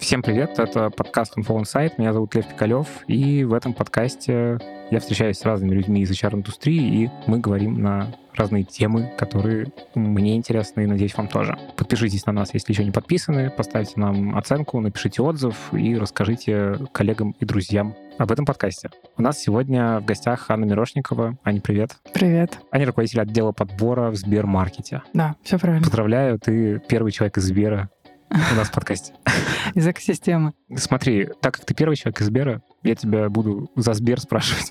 Всем привет, это подкаст Info Insight, меня зовут Лев Пикалев, и в этом подкасте я встречаюсь с разными людьми из HR-индустрии, и мы говорим на разные темы, которые мне интересны, и, надеюсь, вам тоже. Подпишитесь на нас, если еще не подписаны, поставьте нам оценку, напишите отзыв и расскажите коллегам и друзьям об этом подкасте. У нас сегодня в гостях Анна Мирошникова. Аня, привет. Привет. Аня руководитель отдела подбора в Сбермаркете. Да, все правильно. Поздравляю, ты первый человек из Сбера у нас в подкасте. Из экосистемы. Смотри, так как ты первый человек из Сбера, я тебя буду за Сбер спрашивать,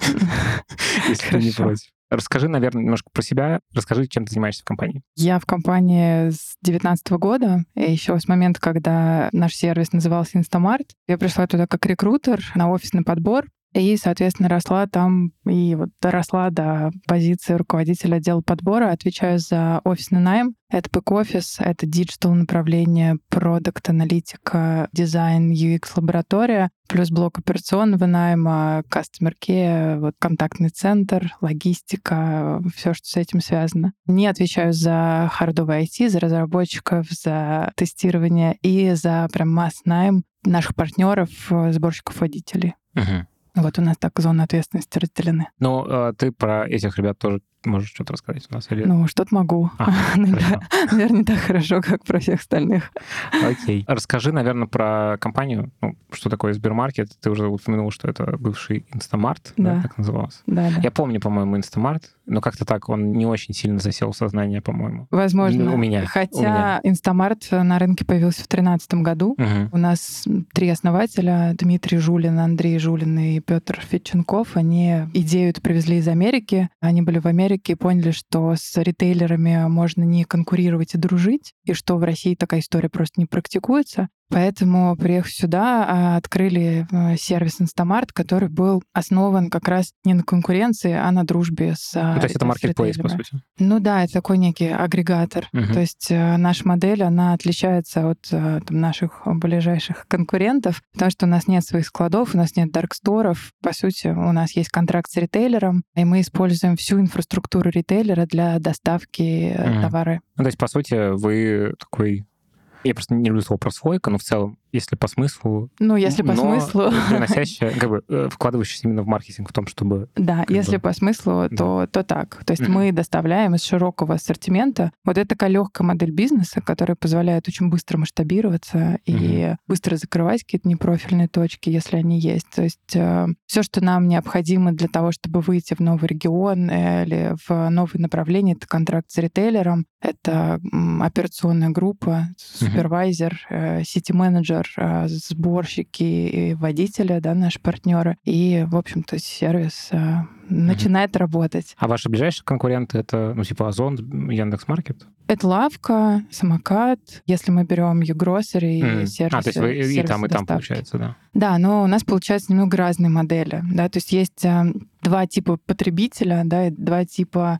если ты не против. Расскажи, наверное, немножко про себя. Расскажи, чем ты занимаешься в компании. Я в компании с 2019 года, и еще с момента, когда наш сервис назывался Instamart. Я пришла туда как рекрутер на офисный подбор. И, соответственно, росла там и вот доросла до позиции руководителя отдела подбора. Отвечаю за офисный найм. Это бэк-офис, это диджитал направление, продакт, аналитика, дизайн, UX-лаборатория, плюс блок операционного найма, customer care, вот контактный центр, логистика, все, что с этим связано. Не отвечаю за хардовый IT, за разработчиков, за тестирование и за прям масс-найм наших партнеров, сборщиков водителей. Угу. Вот у нас так зоны ответственности разделены. Ну, ты про этих ребят тоже можешь что-то рассказать у нас? Или... Ну, что-то могу. Наверное, не так хорошо, как про всех остальных. Окей. Расскажи, наверное, про компанию. Ну, что такое Сбермаркет? Ты уже упомянул, что это бывший Инстамарт, да, так назывался. Да. Я помню, по-моему, Инстамарт, но как-то так он не очень сильно засел в сознание, по-моему. Возможно. У меня. Хотя Инстамарт на рынке появился в 2013 году. У нас 3 основателя: Дмитрий Жулин, Андрей Жулин и Петр Федченков. Они идею эту привезли из Америки. Они были в Америке и поняли, что с ритейлерами можно не конкурировать и дружить, и что в России такая история просто не практикуется. Поэтому, приехав сюда, открыли сервис Instamart, который был основан как раз не на конкуренции, а на дружбе с ритейлерами. То есть это маркетплейс, по сути? Ну да, это такой некий агрегатор. То есть наша модель, она отличается от наших ближайших конкурентов, потому что у нас нет своих складов, у нас нет дарксторов. По сути, у нас есть контракт с ритейлером, и мы используем всю инфраструктуру ритейлера для доставки товара. Ну, то есть, по сути, вы такой... Я просто не люблю слово прослойка, но в целом, если по смыслу... Ну, если по смыслу... Приносящая, как бы, вкладывающаяся именно в маркетинг, в том, чтобы... Да, если по смыслу, то так. То есть мы доставляем из широкого ассортимента. Вот это такая легкая модель бизнеса, которая позволяет очень быстро масштабироваться и быстро закрывать какие-то непрофильные точки, если они есть. То есть все, что нам необходимо для того, чтобы выйти в новый регион или в новое направление, это контракт с ритейлером, это операционная группа, супервайзер, сити-менеджер, сборщики и водители, да, наши партнеры. И, в общем-то, сервис начинает работать. А ваши ближайшие конкуренты — это, ну, типа Озон, Яндекс.Маркет? Это лавка, самокат. Если мы берем YouGrocery и сервис. То есть вы и там, получается, да? Да, но у нас получается немного разные модели. Да? То есть есть 2 типа потребителя, да, и 2 типа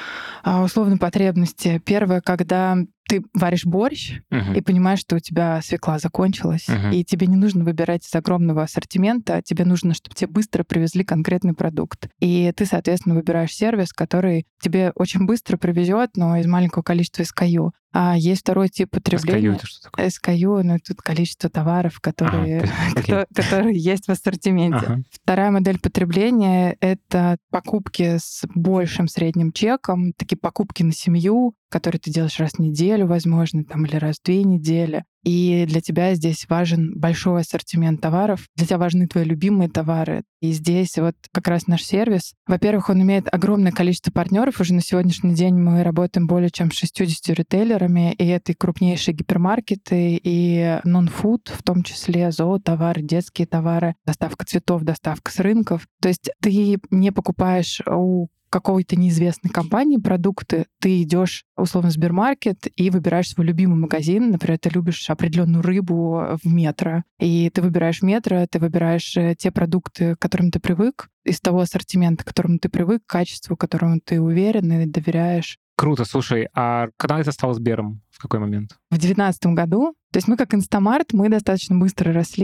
условно потребности. Первое, когда ты варишь борщ и понимаешь, что у тебя свекла закончилась, и тебе не нужно выбирать из огромного ассортимента, тебе нужно, чтобы тебе быстро привезли конкретный продукт. И ты, соответственно, выбираешь сервис, который тебе очень быстро привезет, но из маленького количества SKU. А есть второй тип потребления. SKU — это что такое? SKU, ну, тут количество товаров, которые есть в ассортименте. Вторая модель потребления — это покупки с большим средним чеком, такие покупки на семью, которые ты делаешь раз в неделю, возможно, там, или раз в 2 недели. И для тебя здесь важен большой ассортимент товаров, для тебя важны твои любимые товары. И здесь вот как раз наш сервис. Во-первых, он имеет огромное количество партнеров. Уже на сегодняшний день мы работаем более чем с 60 ритейлерами, и это и крупнейшие гипермаркеты, и нон-фуд, в том числе зоотовары, детские товары, доставка цветов, доставка с рынков. То есть ты не покупаешь у какой-то неизвестной компании продукты, ты идешь условно в Сбермаркет и выбираешь свой любимый магазин. Например, ты любишь определенную рыбу в Метро, и ты выбираешь Метро, ты выбираешь те продукты, к которым ты привык, из того ассортимента, к которому ты привык, к качеству, которому ты уверен и доверяешь. Круто, слушай, а когда это стало Сбером? В какой момент? В 2019 году. То есть мы как Инстамарт, мы достаточно быстро росли.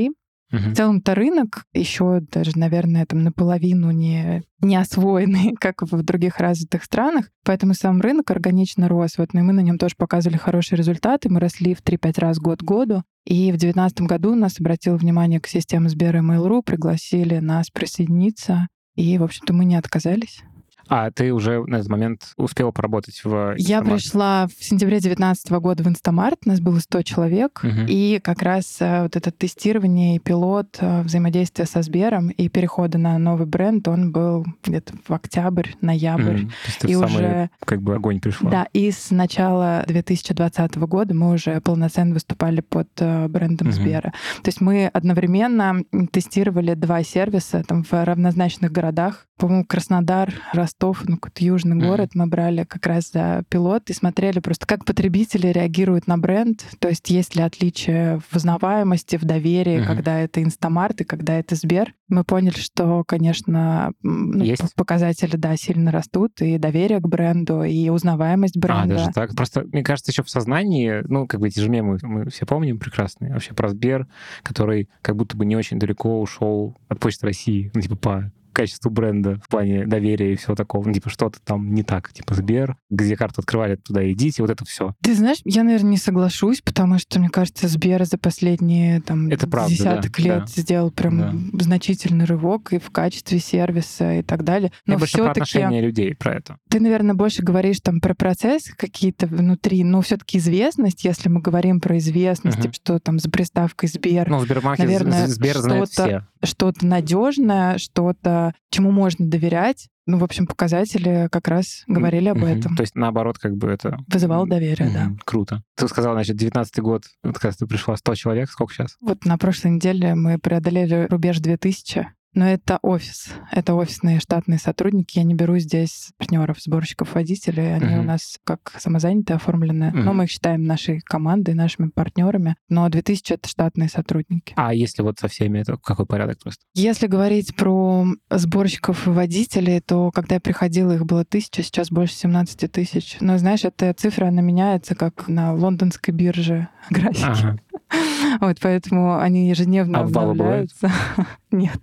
В целом-то рынок еще даже, наверное, там наполовину не освоенный, как в других развитых странах, поэтому сам рынок органично рос. Вот, ну, и мы на нем тоже показывали хорошие результаты. Мы росли в 3-5 раз год к году. И в 2019 году нас обратило внимание к системе Сбера и Mail.ru, пригласили нас присоединиться. И, в общем-то, мы не отказались. А ты уже на этот момент успела поработать в Инстамарте? Я пришла в сентябре 2019 года в Инстамарт, нас было 100 человек, и как раз вот это тестирование и пилот взаимодействия со Сбером и перехода на новый бренд, он был где-то в октябрь, ноябрь. То есть ты в самый, как бы, огонь пришла. Да, и с начала 2020 года мы уже полноценно выступали под брендом Сбера. То есть мы одновременно тестировали 2 сервиса там в равнозначных городах. По-моему, Краснодар, Ростов, ну, какой-то южный город, мы брали как раз за пилот и смотрели просто, как потребители реагируют на бренд, то есть ли отличие в узнаваемости, в доверии, когда это Инстамарт и когда это Сбер. Мы поняли, что, конечно, показатели, да, сильно растут, и доверие к бренду, и узнаваемость бренда. Даже так? Просто, мне кажется, еще в сознании, ну, как бы эти же мемы мы все помним прекрасные, вообще про Сбер, который как будто бы не очень далеко ушел от Почты России, ну, типа по качеству бренда в плане доверия и всего такого. Ну, типа, что-то там не так. Типа, Сбер, где карту открывали, туда идите, вот это все. Ты знаешь, я, наверное, не соглашусь, потому что, мне кажется, Сбер за последние там, десяток лет сделал прям значительный рывок и в качестве сервиса и так далее. Но я больше про отношение людей, про это. Ты, наверное, больше говоришь там про процессы какие-то внутри, но все-таки известность, если мы говорим про известность, типа, что там за приставкой Сбер. Ну, в Сбермаркете, наверное, Сбер знает все. Что-то надежное, что-то, чему можно доверять. Ну, в общем, показатели как раз говорили об этом. То есть, наоборот, как бы это... Вызывало доверие, да. Круто. Ты сказала, значит, 19-й год, вот когда ты пришла, 100 человек, сколько сейчас? Вот на прошлой неделе мы преодолели рубеж 2000. Но это офис, это офисные штатные сотрудники. Я не беру здесь партнеров, сборщиков, водителей. Они у нас как самозанятые оформлены. Но мы их считаем нашей командой, нашими партнерами. Но 2000 — это штатные сотрудники. А если вот со всеми, это какой порядок просто? Если говорить про сборщиков и водителей, то когда я приходила, их было 1000, сейчас больше 17 тысяч. Но знаешь, эта цифра, она меняется, как на лондонской бирже графики. Вот, поэтому они ежедневно обновляются. Нет.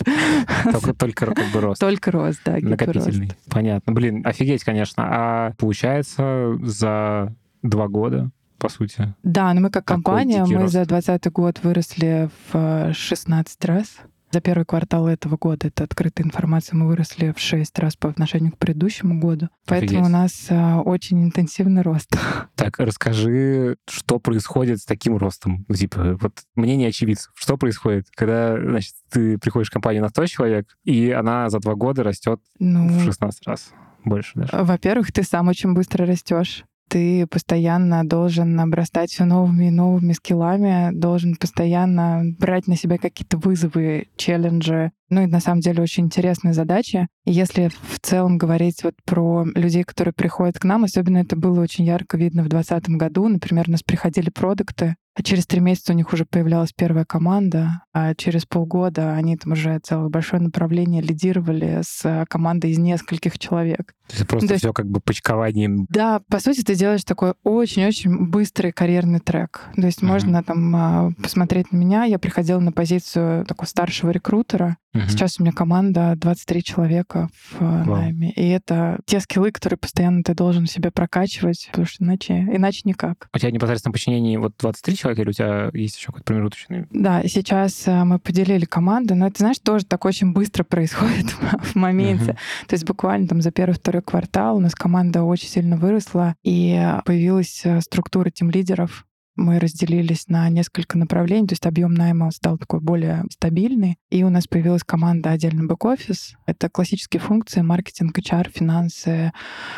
Только как бы рост. Только рост, да. Накопительный. Понятно. Блин, офигеть, конечно. А получается за 2 года, по сути. Да, но мы как компания, мы за 2020 год выросли в 16 раз. За первый квартал этого года, это открытая информация, мы выросли в 6 раз по отношению к предыдущему году. Поэтому у нас очень интенсивный рост. Так, расскажи, что происходит с таким ростом? Типа, вот мнение очевидцев. Что происходит, когда, значит, ты приходишь в компанию на 100 человек, и она за 2 года растет в 16 раз больше даже? Во-первых, ты сам очень быстро растешь. Ты постоянно должен обрастать все новыми и новыми скиллами, должен постоянно брать на себя какие-то вызовы, челленджи. Ну и на самом деле очень интересные задачи. И если в целом говорить вот про людей, которые приходят к нам, особенно это было очень ярко видно в 2020 году. Например, у нас приходили продукты, а через 3 месяца у них уже появлялась первая команда, а через полгода они там уже целое большое направление лидировали с командой из нескольких человек. То есть просто все как бы почкованием. Да, по сути, ты делаешь такой очень-очень быстрый карьерный трек. То есть можно там посмотреть на меня. Я приходила на позицию такого старшего рекрутера. Сейчас у меня команда 23 человека в найме. И это те скиллы, которые постоянно ты должен себе прокачивать, потому что иначе никак. У тебя непосредственно подчинение вот 23 человека, или у тебя есть еще какой-то промежуточный? Да, сейчас мы поделили команды, но это, знаешь, тоже так очень быстро происходит в моменте. То есть буквально там за первый-второй квартал у нас команда очень сильно выросла, и появилась структура тимлидеров. Мы разделились на несколько направлений, то есть объем найма стал такой более стабильный, и у нас появилась команда отдельно бэк-офис. Это классические функции: маркетинг, HR, финансы,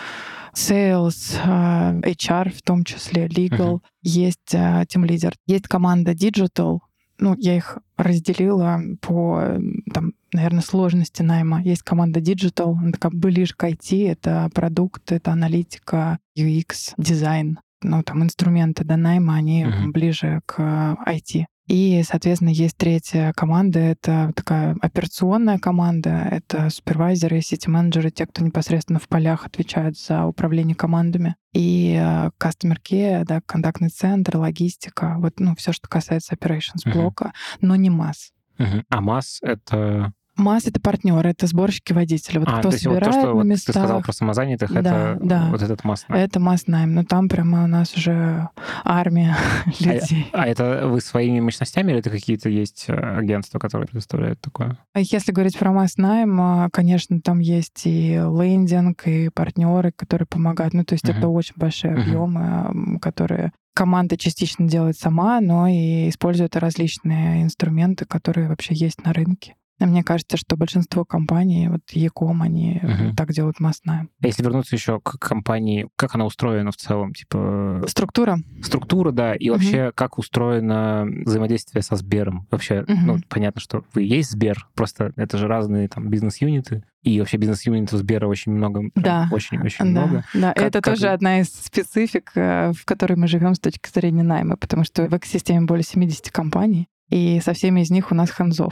sales, HR, в том числе legal. Есть тимлидер. Есть команда digital. Ну, я их разделила по, там, наверное, сложности найма. Есть команда digital, она такая ближе к IT, это продукт, это аналитика, UX, дизайн. Ну, там инструменты до найма, они ближе к IT. И, соответственно, есть третья команда, это такая операционная команда, это супервайзеры, сити-менеджеры, те, кто непосредственно в полях отвечают за управление командами. И customer care, да, контактный центр, логистика, вот, ну, все, что касается operations блока, но не масс. А МАС — это... МАС — это партнеры, это сборщики водителей. Вот кто собирает то, что на местах. Ты сказал про самозанятых, это вот этот МАС-найм. Это МАС-найм, но там прямо у нас уже армия людей. А это вы своими мощностями или это какие-то есть агентства, которые предоставляют такое? Если говорить про МАС-найм, конечно, там есть и лендинг, и партнеры, которые помогают. Ну, то есть это очень большие объемы, которые команда частично делает сама, но и использует различные инструменты, которые вообще есть на рынке. Мне кажется, что большинство компаний, вот Яком, они так делают МАС-найм. Если вернуться еще к компании, как она устроена в целом? Типа... Структура, да. И вообще, как устроено взаимодействие со Сбером? Вообще, ну, понятно, что вы есть Сбер, просто это же разные там бизнес-юниты. И вообще бизнес-юнитов Сбера очень много. Да. Очень-очень много. Да, это тоже одна из специфик, в которой мы живем с точки зрения найма, потому что в экосистеме более 70 компаний, и со всеми из них у нас хендзов.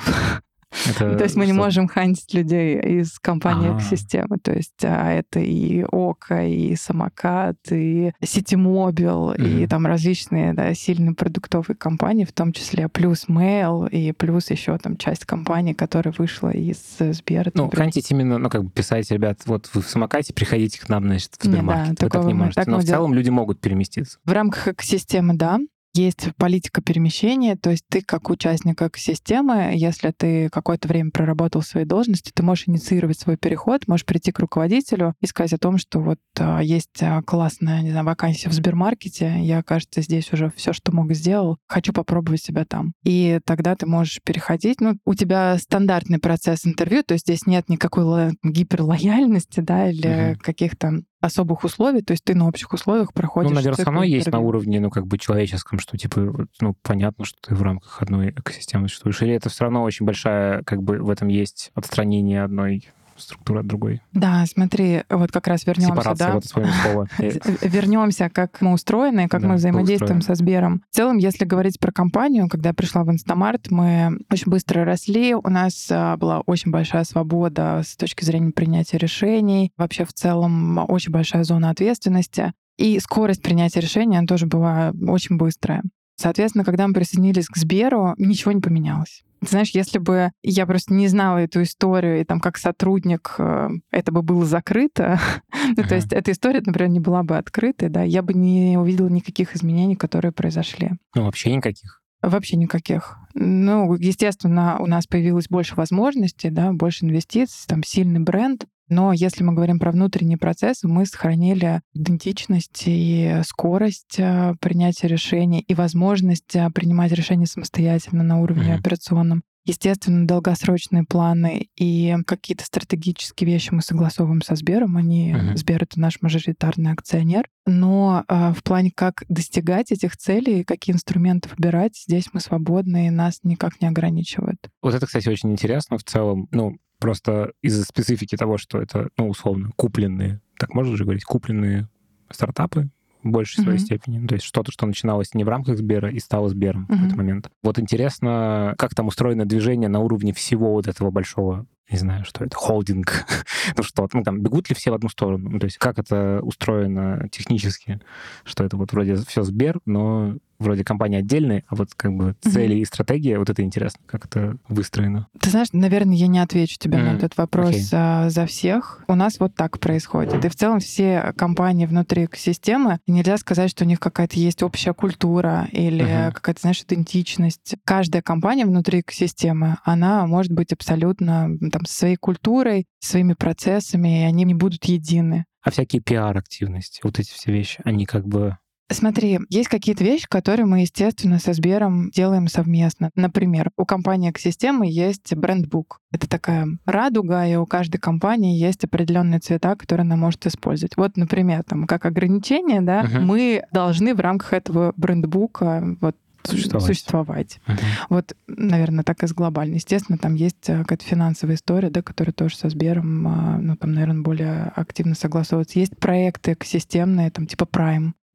То есть мы не можем хантить людей из компании экосистемы. То есть это и Ока, и Самокат, и Ситимобил, и там различные сильные продуктовые компании, в том числе плюс Mail, и плюс еще там часть компаний, которая вышла из Сбера. Ну, хантить именно, как бы писать, ребят, вот вы в Самокате, приходите к нам, значит, в Сбермаркет. Вы так не можете. Но в целом люди могут переместиться. В рамках экосистемы, да. Есть политика перемещения, то есть ты как участник экосистемы, если ты какое-то время проработал в своей должности, ты можешь инициировать свой переход, можешь прийти к руководителю и сказать о том, что вот есть классная, не знаю, вакансия в Сбермаркете, я, кажется, здесь уже все, что мог, сделал, хочу попробовать себя там. И тогда ты можешь переходить. Ну, у тебя стандартный процесс интервью, то есть здесь нет никакой гиперлояльности, да, или каких-то особых условий, то есть ты на общих условиях проходишь. Ну, наверное, оно есть на уровне, ну, как бы человеческом, что, типа, ну, понятно, что ты в рамках одной экосистемы существуешь. Или это все равно очень большая, как бы, в этом есть отстранение одной структуры от другой. Да, смотри, вот как раз вернемся, Сепарация, вот вспомнил слово. Вернемся, как мы устроены, как мы взаимодействуем со Сбером. В целом, если говорить про компанию, когда я пришла в Инстамарт, мы очень быстро росли, у нас была очень большая свобода с точки зрения принятия решений, вообще в целом очень большая зона ответственности, и скорость принятия решений, она тоже была очень быстрая. Соответственно, когда мы присоединились к Сберу, ничего не поменялось. Ты знаешь, если бы я просто не знала эту историю, и там как сотрудник это бы было закрыто, ну, то есть эта история, например, не была бы открытой, да, я бы не увидела никаких изменений, которые произошли. Ну, вообще никаких? Вообще никаких. Ну, естественно, у нас появилось больше возможностей, да, больше инвестиций, там сильный бренд. Но если мы говорим про внутренние процессы, мы сохранили идентичность и скорость принятия решений, и возможность принимать решения самостоятельно на уровне операционном. Естественно, долгосрочные планы и какие-то стратегические вещи мы согласовываем со Сбером. Сбер — это наш мажоритарный акционер. Но в плане, как достигать этих целей, какие инструменты выбирать, здесь мы свободны, и нас никак не ограничивают. Вот это, кстати, очень интересно в целом. Ну, просто из-за специфики того, что это, ну, условно, купленные, так можно же говорить, купленные стартапы в большей своей степени. Ну, то есть что-то, что начиналось не в рамках Сбера и стало Сбером в какой-то момент. Вот интересно, как там устроено движение на уровне всего вот этого большого, не знаю, что это, холдинг, ну что, ну там бегут ли все в одну сторону? Ну, то есть как это устроено технически, что это вот вроде все Сбер, но вроде компания отдельная, а вот как бы цели и стратегия, вот это интересно, как это выстроено. Ты знаешь, наверное, я не отвечу тебе на этот вопрос за всех. У нас вот так происходит. И в целом все компании внутри экосистемы, нельзя сказать, что у них какая-то есть общая культура или какая-то, знаешь, идентичность. Каждая компания внутри экосистемы, она может быть абсолютно там со своей культурой, своими процессами, и они не будут едины. А всякие пиар-активности, вот эти все вещи, они как бы... Смотри, есть какие-то вещи, которые мы, естественно, со Сбером делаем совместно. Например, у компании экосистемы есть брендбук. Это такая радуга, и у каждой компании есть определенные цвета, которые она может использовать. Вот, например, там, как ограничение, да, мы должны в рамках этого брендбука вот существовать. Вот, наверное, так и с глобальной. Естественно, там есть какая-то финансовая история, да, которая тоже со Сбером, ну, там, наверное, более активно согласовывается. Есть проекты экосистемные, там, типа Prime,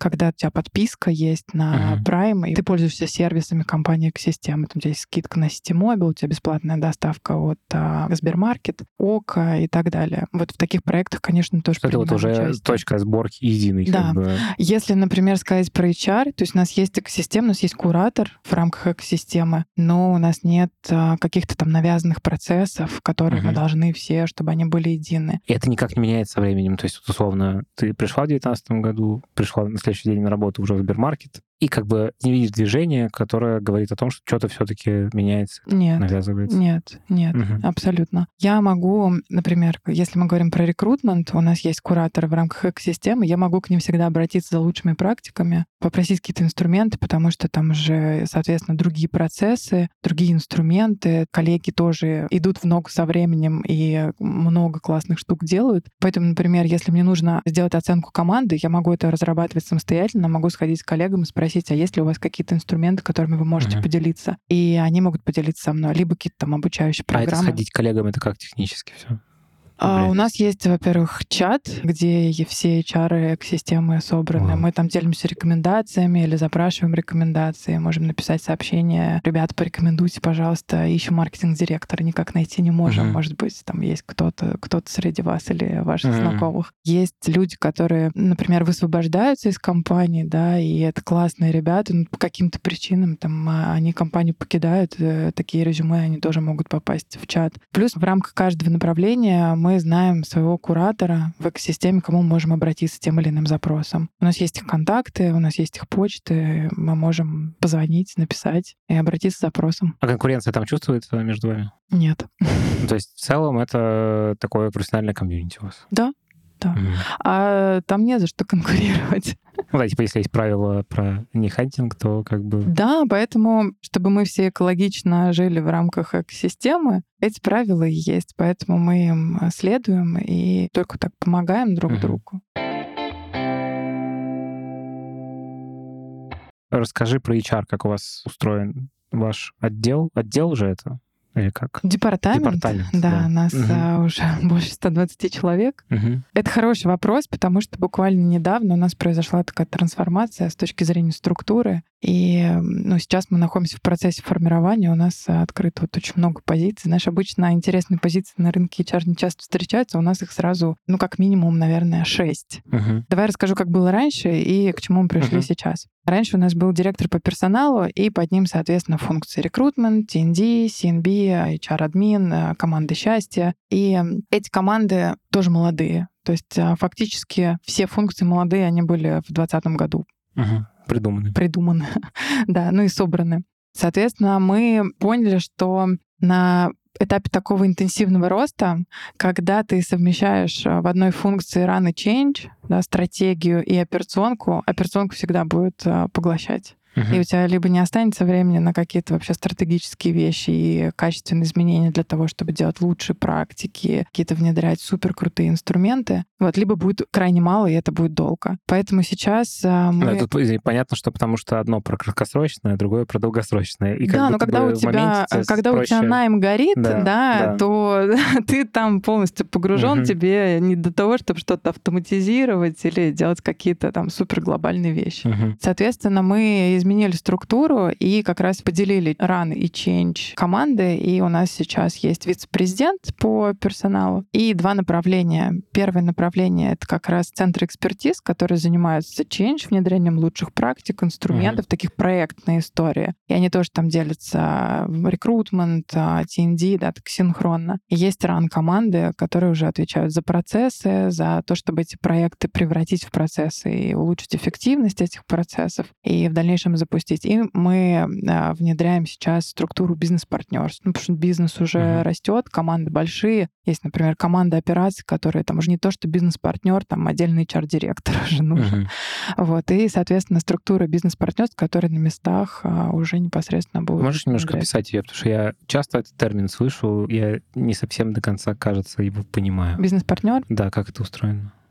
когда у тебя подписка есть на Prime, и ты пользуешься сервисами компании экосистемы. Там у тебя есть скидка на Ситимобил, у тебя бесплатная доставка от Сбермаркет, ОКО и так далее. Вот в таких проектах, конечно, тоже принимаем это уже участие. Точка сборки единой. Да. Как бы. Если, например, сказать про HR, то есть у нас есть экосистема, у нас есть куратор в рамках экосистемы, но у нас нет каких-то там навязанных процессов, которые мы должны все, чтобы они были едины. И это никак не меняется со временем. То есть, условно, ты пришла в 2019 году, пришла на следующий день на работу уже в Сбермаркет, и как бы не видишь движения, которое говорит о том, что что-то все-таки меняется, навязывается. Нет, абсолютно. Я могу, например, если мы говорим про рекрутмент, у нас есть кураторы в рамках экосистемы, я могу к ним всегда обратиться за лучшими практиками, попросить какие-то инструменты, потому что там уже, соответственно, другие процессы, другие инструменты. Коллеги тоже идут в ногу со временем и много классных штук делают. Поэтому, например, если мне нужно сделать оценку команды, я могу это разрабатывать самостоятельно, могу сходить к коллегам и спросить, а есть ли у вас какие-то инструменты, которыми вы можете поделиться? И они могут поделиться со мной, либо какие-то там обучающие программы. А это сходить к коллегам, это как технически все? У нас есть, во-первых, чат, где все HR-экосистемы собраны. Мы там делимся рекомендациями или запрашиваем рекомендации. Можем написать сообщение: ребята, порекомендуйте, пожалуйста, ищем маркетинг-директора, никак найти не можем. Может быть, там есть кто-то среди вас или ваших знакомых. Есть люди, которые, например, высвобождаются из компании, да, и это классные ребята, но по каким-то причинам там они компанию покидают, такие резюме, они тоже могут попасть в чат. Плюс в рамках каждого направления мы знаем своего куратора в экосистеме, к кому мы можем обратиться с тем или иным запросом. У нас есть их контакты, у нас есть их почты, мы можем позвонить, написать и обратиться с запросом. А конкуренция там чувствуется между вами? Нет. То есть в целом это такое профессиональное комьюнити у вас? Да. А там не за что конкурировать. Да, типа, если есть правила про нехантинг, то как бы... Да, поэтому, чтобы мы все экологично жили в рамках экосистемы, эти правила и есть. Поэтому мы им следуем и только так помогаем друг другу. Расскажи про HR, как у вас устроен ваш отдел. Отдел же это? Или как? Департамент, да. Нас уже больше 120 человек. Это хороший вопрос, потому что буквально недавно у нас произошла такая трансформация с точки зрения структуры. И сейчас мы находимся в процессе формирования. У нас открыто очень много позиций. Знаешь, обычно интересные позиции на рынке HR не часто встречаются. У нас их сразу, как минимум, наверное, 6. Давай расскажу, как было раньше и к чему мы пришли сейчас. Раньше у нас был директор по персоналу, и под ним, соответственно, функции рекрутмент, T&D, C&B, HR-админ, команды счастья. И эти команды тоже молодые. То есть фактически все функции молодые, они были в 2020 году. Придуманы. Да, и собраны. Соответственно, мы поняли, что на этапе такого интенсивного роста, когда ты совмещаешь в одной функции run и change, да, стратегию и операционку всегда будет поглощать. И у тебя либо не останется времени на какие-то вообще стратегические вещи и качественные изменения для того, чтобы делать лучшие практики, какие-то внедрять суперкрутые инструменты, либо будет крайне мало, и это будет долго. Поэтому сейчас мы... Тут понятно, что потому что одно про краткосрочное, другое про долгосрочное. И да, но когда у тебя найм горит, то ты там полностью погружен, тебе не до того, чтобы что-то автоматизировать или делать какие-то там суперглобальные вещи. Соответственно, мы изменили структуру и как раз поделили run и change команды, и у нас сейчас есть вице-президент по персоналу и 2 направления. Первое направление — это как раз центр экспертиз, который занимается change, внедрением лучших практик, инструментов, таких проектные истории. И они тоже там делятся в рекрутмент, T&D, да, так синхронно. И есть run команды, которые уже отвечают за процессы, за то, чтобы эти проекты превратить в процессы и улучшить эффективность этих процессов, и в дальнейшем запустить. И мы внедряем сейчас структуру бизнес-партнерств. Потому что бизнес уже растет, команды большие. Есть, например, команда операций, которые там уже не то, что бизнес-партнер, там отдельный HR-директор уже нужен. И, соответственно, структура бизнес-партнерств, которые на местах уже непосредственно будут. Можешь немножко описать ее? Потому что я часто этот термин слышу, я не совсем до конца, кажется, его понимаю. Бизнес-партнер? Да, как это устроено?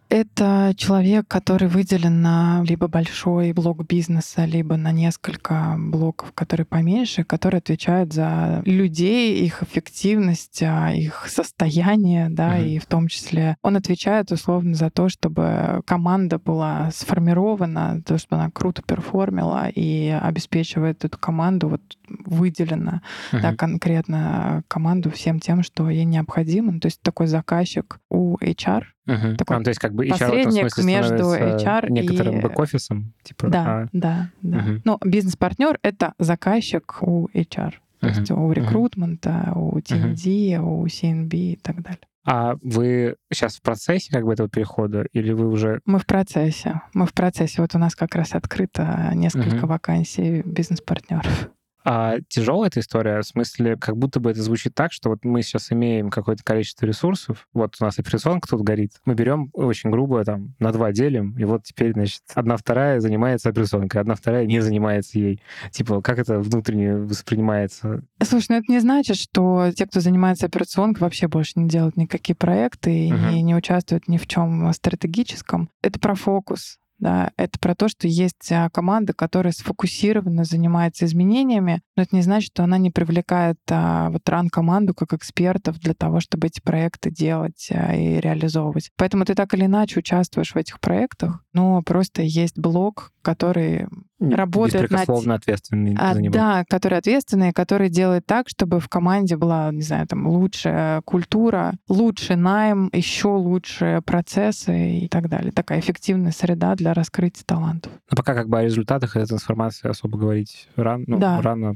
Это человек, который выделен на либо большой блок бизнеса, либо на несколько блоков, которые поменьше, которые отвечают за людей, их эффективность, их состояние, да, и в том числе он отвечает условно за то, чтобы команда была сформирована, то, чтобы она круто перформила и обеспечивает эту команду, вот выделена, да, конкретно команду всем тем, что ей необходимо. Ну, то есть такой заказчик у HR, такой то есть как бы HR посредник в этом смысле между HR некоторым и бэк-офисом? Типа, да. Ну, бизнес-партнер — это заказчик у HR. То есть у рекрутмента, у TND, у CNB и так далее. А вы сейчас в процессе как бы этого перехода, или вы уже... Мы в процессе. Вот у нас как раз открыто несколько вакансий бизнес-партнеров. А тяжелая эта история, в смысле, как будто бы это звучит так, что вот мы сейчас имеем какое-то количество ресурсов, вот у нас операционка тут горит, мы берем очень грубо там на 2 делим, и вот теперь, значит, 1/2 занимается операционкой, 1/2 не занимается ей. Типа, как это внутренне воспринимается? Слушай, ну это не значит, что те, кто занимается операционкой, вообще больше не делают никакие проекты и не участвуют ни в чем стратегическом. Это про фокус. Да, это про то, что есть команда, которая сфокусированно занимается изменениями, но это не значит, что она не привлекает вот ран-команду как экспертов для того, чтобы эти проекты делать и реализовывать. Поэтому ты так или иначе участвуешь в этих проектах, но просто есть блок, который работает беспрекословно ответственный за него. Да, который ответственный, который делает так, чтобы в команде была, не знаю, там лучшая культура, лучший найм, еще лучшие процессы и так далее. Такая эффективная среда для раскрытия талантов. Но пока как бы о результатах этой трансформации особо говорить рано. Да, рано.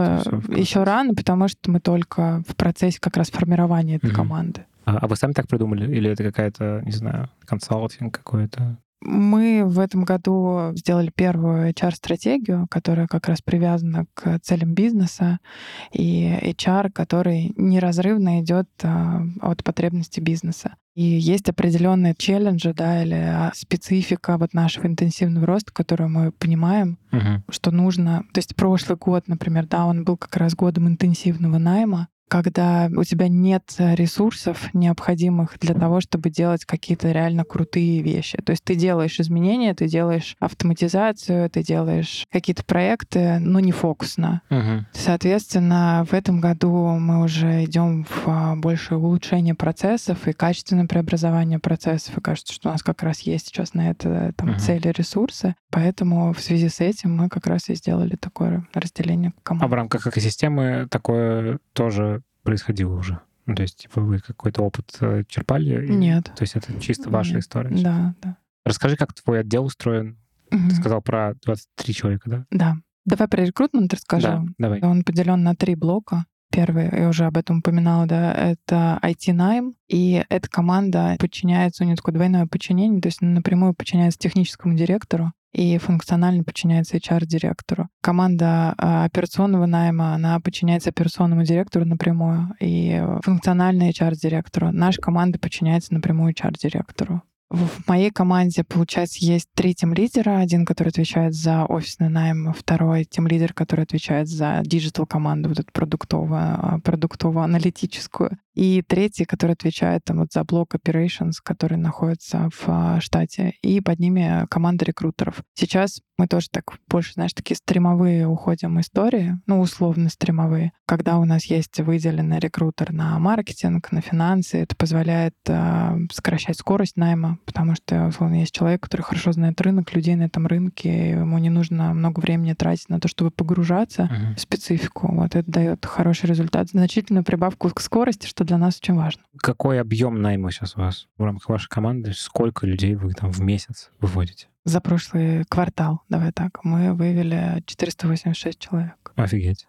Еще рано, потому что мы только в процессе как раз формирования этой команды. А вы сами так придумали? Или это какая-то, не знаю, консалтинг какой-то? Мы в этом году сделали первую HR-стратегию, которая как раз привязана к целям бизнеса, и HR, который неразрывно идет от потребностей бизнеса. И есть определенные челленджи, да, или специфика вот нашего интенсивного роста, которую мы понимаем, что нужно. То есть прошлый год, например, да, он был как раз годом интенсивного найма, когда у тебя нет ресурсов, необходимых для того, чтобы делать какие-то реально крутые вещи. То есть ты делаешь изменения, ты делаешь автоматизацию, ты делаешь какие-то проекты, но не фокусно. Соответственно, в этом году мы уже идем в большее улучшение процессов и качественное преобразование процессов. И кажется, что у нас как раз есть сейчас на это там, цели, ресурсы. Поэтому в связи с этим мы как раз и сделали такое разделение команд. А в рамках экосистемы такое тоже происходило уже? Ну, то есть, типа, вы какой-то опыт черпали? Нет. То есть это чисто ваша история? Да. Расскажи, как твой отдел устроен. Ты сказал про 23 человека, да? Да. Давай про рекрутмент расскажу. Да, давай. Он поделен на 3 блока. Первый, я уже об этом упоминала, да, это IT-найм, и эта команда подчиняется, у нее такое двойное подчинение, то есть напрямую подчиняется техническому директору и функционально подчиняется HR-директору. Команда операционного найма, она подчиняется операционному директору напрямую и функционально HR-директору. Наша команда подчиняется напрямую HR-директору. В моей команде, получается, есть 3 тимлидера. Один, который отвечает за офисный найм, второй тимлидер, который отвечает за диджитал-команду, вот эту продуктово-аналитическую, и третий, который отвечает там, вот, за блок operations, который находится в штате, и под ними команда рекрутеров. Сейчас мы тоже так больше, знаешь, такие стримовые уходим истории, ну, условно стримовые, когда у нас есть выделенный рекрутер на маркетинг, на финансы. Это позволяет сокращать скорость найма, потому что, условно, есть человек, который хорошо знает рынок, людей на этом рынке, ему не нужно много времени тратить на то, чтобы погружаться в специфику. Вот это дает хороший результат, значительную прибавку к скорости, что для нас очень важно. Какой объем найма сейчас у вас в рамках вашей команды? Сколько людей вы там в месяц выводите? За прошлый квартал, давай так, мы вывели 486 человек. Офигеть.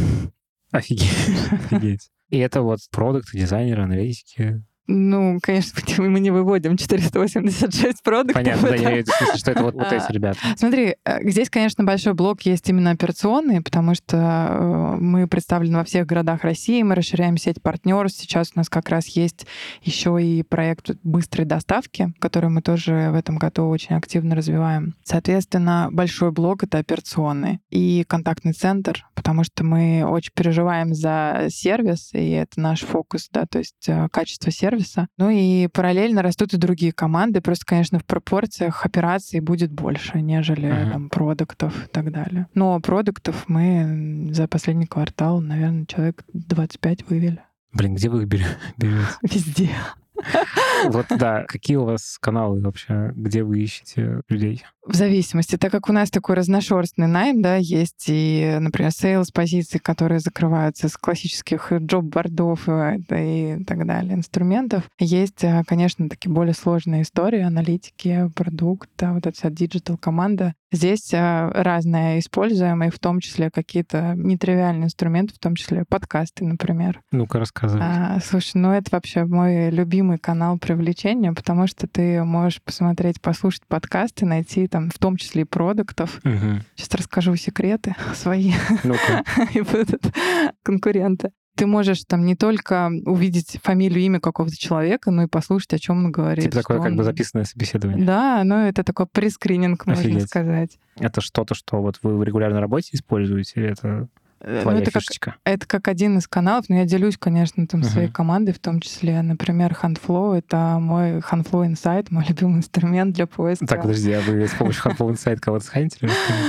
Офигеть. И это вот продукты, дизайнеры, аналитики? Ну, конечно, мы не выводим 486 продуктов. Понятно, да, я имею в виду, что это вот эти ребята. Смотри, здесь, конечно, большой блок есть именно операционный, потому что мы представлены во всех городах России, мы расширяем сеть партнеров. Сейчас у нас как раз есть еще и проект быстрой доставки, который мы тоже в этом году очень активно развиваем. Соответственно, большой блок — это операционный и контактный центр, потому что мы очень переживаем за сервис, и это наш фокус, да, то есть качество сервиса, сервиса. Ну и параллельно растут и другие команды. Просто, конечно, в пропорциях операций будет больше, нежели там продуктов и так далее. Но продуктов мы за последний квартал, наверное, человек 25 вывели. Блин, где вы их берете? Везде. Вот да, какие у вас каналы вообще, где вы ищете людей? В зависимости, так как у нас такой разношерстный найм, да, есть и, например, сейлс-позиции, которые закрываются с классических джоб-бордов и так далее, инструментов. Есть, конечно, такие более сложные истории, аналитики, продукта, вот эта вся диджитал-команда. Здесь разное используем, и в том числе какие-то нетривиальные инструменты, в том числе подкасты, например. Ну-ка, рассказывай. Слушай, это вообще мой любимый канал привлечения, потому что ты можешь посмотреть, послушать подкасты, найти там в том числе и продуктов. Сейчас расскажу секреты свои и будут конкуренты. Ты можешь там не только увидеть фамилию, имя какого-то человека, но и послушать, о чем он говорит. Типа такое как бы записанное собеседование. Да, это такой прескрининг, можно сказать. Это что-то, что вот вы в регулярной работе используете, или это твоя фишечка? Это как один из каналов, но я делюсь, конечно, там своей командой, в том числе, например, HandFlow. Это мой HandFlow Insight, мой любимый инструмент для поиска. Так, подожди, а вы с помощью HandFlow Insight кого-то схантили?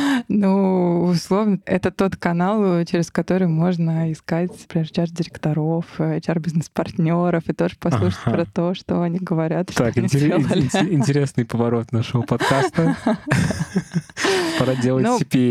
Условно, это тот канал, через который можно искать, например, HR-директоров, HR-бизнес-партнеров и тоже послушать про то, что они говорят. Так, интересный поворот нашего подкаста. Пора делать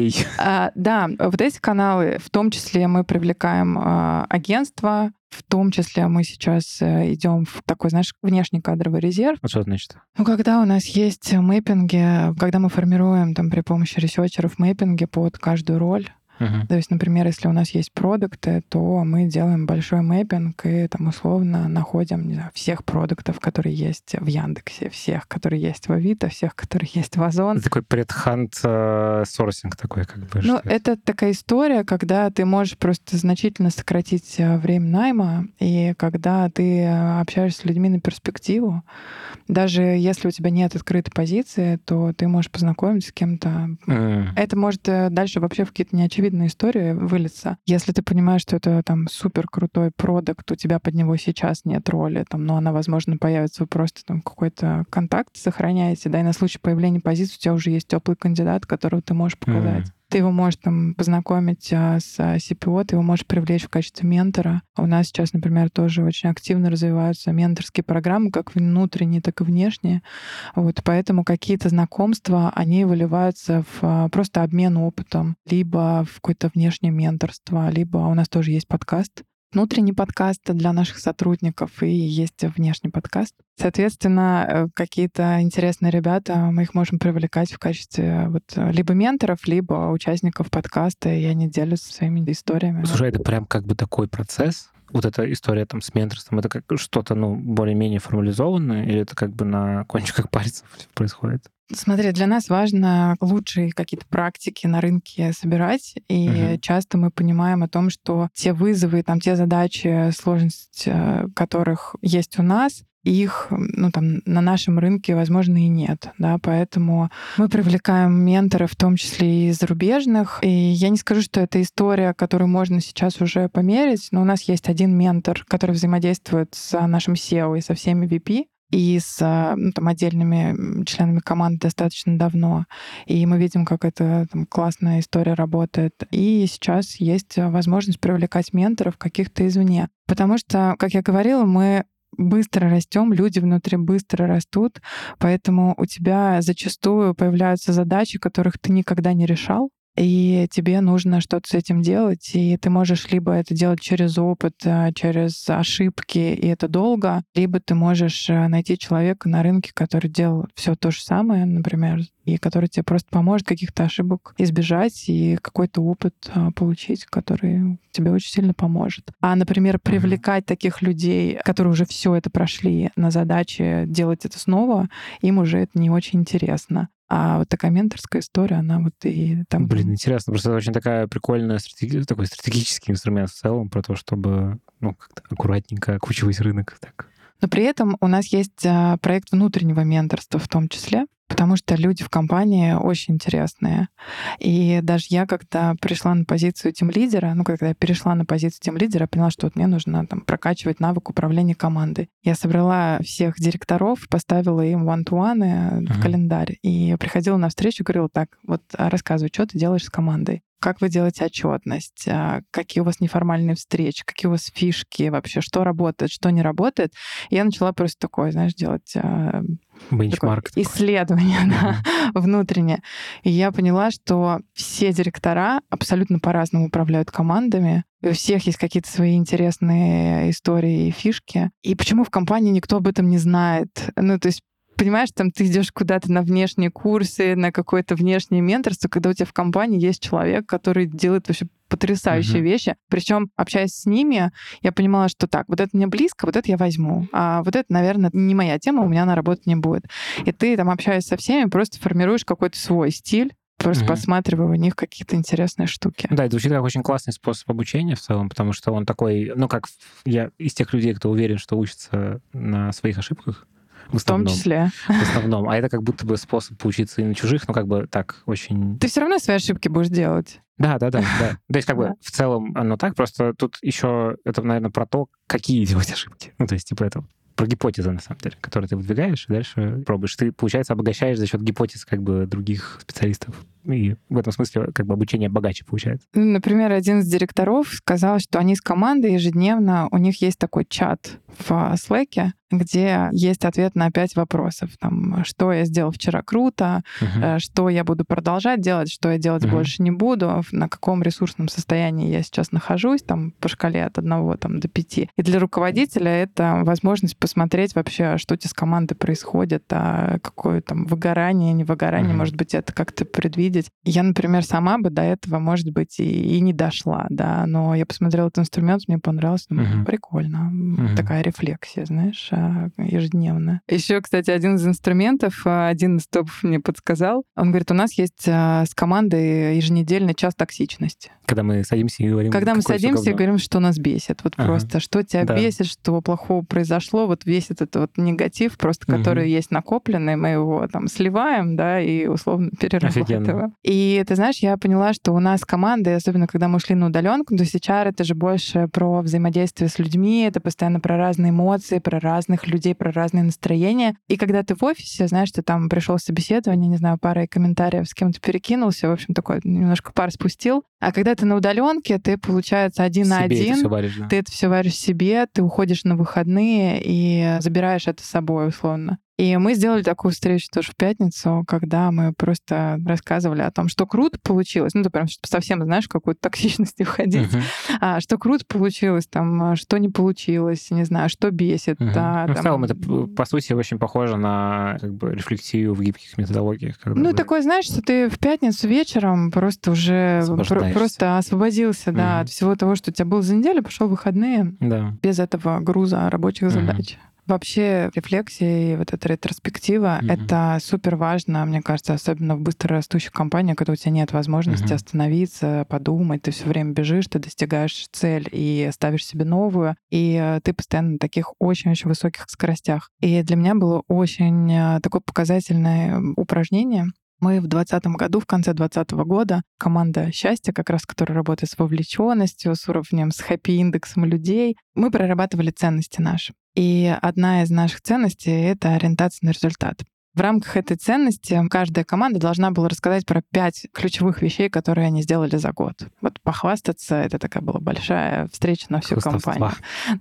CPA. Да, вот эти каналы, в том числе мы привлекаем агентства, в том числе мы сейчас идем в такой, внешний кадровый резерв. А что это значит? Когда у нас есть мэппинги, когда мы формируем там при помощи ресерчеров мэппинги под каждую роль. То есть, например, если у нас есть продукты, то мы делаем большой мэппинг и там условно находим, не знаю, всех продуктов, которые есть в Яндексе, всех, которые есть в Авито, всех, которые есть в Озон. Это такой предхант сорсинг такой, как бы. Это такая история, когда ты можешь просто значительно сократить время найма, и когда ты общаешься с людьми на перспективу, даже если у тебя нет открытой позиции, то ты можешь познакомиться с кем-то. Это может дальше вообще в какие-то неочевидные истории вылиться. Если ты понимаешь, что это там супер крутой продукт, у тебя под него сейчас нет роли, но она, возможно, появится, вы просто там какой-то контакт сохраняете, да, и на случай появления позиции у тебя уже есть теплый кандидат, которого ты можешь показать. Ты его можешь там познакомить с CPO, ты его можешь привлечь в качестве ментора. У нас сейчас, например, тоже очень активно развиваются менторские программы, как внутренние, так и внешние. Поэтому какие-то знакомства, они выливаются в просто обмен опытом, либо в какое-то внешнее менторство, либо у нас тоже есть подкаст. Внутренний подкаст для наших сотрудников и есть внешний подкаст. Соответственно, какие-то интересные ребята, мы их можем привлекать в качестве либо менторов, либо участников подкаста, и они делятся своими историями. Слушай, это прям как бы такой процесс? Вот эта история там с менторством, это как что-то, более-менее формализованное, или это как бы на кончиках пальцев происходит? Смотри, для нас важно лучшие какие-то практики на рынке собирать, и часто мы понимаем о том, что те вызовы, те задачи, сложность которых есть у нас, их на нашем рынке, возможно, и нет. Да? Поэтому мы привлекаем менторов, в том числе и зарубежных. И я не скажу, что это история, которую можно сейчас уже померить, но у нас есть один ментор, который взаимодействует с нашим SEO и со всеми VP, и с отдельными членами команды достаточно давно. И мы видим, как эта классная история работает. И сейчас есть возможность привлекать менторов каких-то извне. Потому что, как я говорила, мы быстро растем, люди внутри быстро растут, поэтому у тебя зачастую появляются задачи, которых ты никогда не решал, и тебе нужно что-то с этим делать, и ты можешь либо это делать через опыт, через ошибки, и это долго, либо ты можешь найти человека на рынке, который делал все то же самое, например, и который тебе просто поможет каких-то ошибок избежать и какой-то опыт получить, который тебе очень сильно поможет. А, например, привлекать таких людей, которые уже все это прошли, на задачи делать это снова, им уже это не очень интересно. А вот такая менторская история, она и там... Блин, интересно. Просто это очень такая прикольная такой стратегический инструмент в целом про то, чтобы как-то аккуратненько окучивать рынок. Так. Но при этом у нас есть проект внутреннего менторства в том числе, Потому что люди в компании очень интересные. И даже я, когда пришла на позицию тимлидера, когда я перешла на позицию тимлидера, поняла, что вот мне нужно прокачивать навык управления командой. Я собрала всех директоров, поставила им one-to-one в календарь и приходила на встречу и говорила: так, вот рассказывай, что ты делаешь с командой. Как вы делаете отчетность, какие у вас неформальные встречи, какие у вас фишки вообще, что работает, что не работает. И я начала просто такое, делать бенчмарк, исследование внутреннее. И я поняла, что все директора абсолютно по-разному управляют командами. И у всех есть какие-то свои интересные истории и фишки. И почему в компании никто об этом не знает? То есть понимаешь, ты идешь куда-то на внешние курсы, на какое-то внешнее менторство, когда у тебя в компании есть человек, который делает вообще потрясающие вещи. Причем, общаясь с ними, я понимала, что так, вот это мне близко, вот это я возьму. А вот это, наверное, не моя тема, у меня она работать не будет. И ты, общаясь со всеми, просто формируешь какой-то свой стиль, просто посматривая у них какие-то интересные штуки. Да, это звучит как очень классный способ обучения в целом, потому что он такой, как я из тех людей, кто уверен, что учится на своих ошибках, в том числе. В основном. А это как будто бы способ поучиться и на чужих, так очень... Ты все равно свои ошибки будешь делать. Да. То есть бы в целом оно так, просто тут еще это, наверное, про то, какие делать ошибки. То есть это про гипотезы, на самом деле, которые ты выдвигаешь, и дальше пробуешь. Ты, получается, обогащаешь за счет гипотез других специалистов. И в этом смысле обучение богаче получается. Например, один из директоров сказал, что они с командой ежедневно, у них есть такой чат в Slack, где есть ответ на 5 вопросов. Что я сделал вчера круто, что я буду продолжать делать, что я делать больше не буду, на каком ресурсном состоянии я сейчас нахожусь, по шкале от 1 до 5. И для руководителя это возможность посмотреть вообще, что у тебя с командой происходит, какое выгорание, не выгорание, может быть, это как-то предвидеть. Я, например, сама бы до этого, может быть, и не дошла, да, но я посмотрела этот инструмент, мне понравилось, прикольно. Такая рефлексия, знаешь, ежедневная. Еще, кстати, один из инструментов, один из топов мне подсказал, он говорит, у нас есть с командой еженедельный час токсичности. Когда мы садимся и говорим... Когда мы садимся и говорим, что нас бесит. Просто, что тебя бесит, что плохого произошло, весь этот негатив, просто который есть накопленный, мы его сливаем, да, и условно перерабатываем. И ты знаешь, я поняла, что у нас команда, особенно когда мы ушли на удаленку, то есть HR — это же больше про взаимодействие с людьми, это постоянно про разные эмоции, про разных людей, про разные настроения. И когда ты в офисе, знаешь, ты пришел с собеседования, не знаю, парой комментариев с кем-то перекинулся, в общем, такой немножко пар спустил. А когда ты на удаленке, ты, получается, один на один, ты это все варишь себе, ты уходишь на выходные и забираешь это с собой, условно. И мы сделали такую встречу тоже в пятницу, когда мы просто рассказывали о том, что круто получилось. Ты прям совсем, знаешь, в какую-то токсичность не входить. Что круто получилось, что не получилось, не знаю, что бесит. В целом это, по сути, очень похоже на рефлексию в гибких методологиях. Такое, знаешь, что ты в пятницу вечером просто уже просто освободился от всего того, что у тебя было за неделю, пошел в выходные без этого груза рабочих задач. Вообще рефлексия и эта ретроспектива — это супер важно, мне кажется, особенно в быстрорастущих компаниях, когда у тебя нет возможности остановиться, подумать, ты все время бежишь, ты достигаешь цель и ставишь себе новую, и ты постоянно на таких очень-очень высоких скоростях. И для меня было очень такое показательное упражнение. Мы в 2020 году, в конце 2020 года, команда «Счастье», как раз, которая работает с вовлеченностью, с уровнем, с хэппи-индексом людей, мы прорабатывали ценности наши. И одна из наших ценностей — это ориентация на результат. В рамках этой ценности каждая команда должна была рассказать про 5 ключевых вещей, которые они сделали за год. Похвастаться — это такая была большая встреча на всю компанию.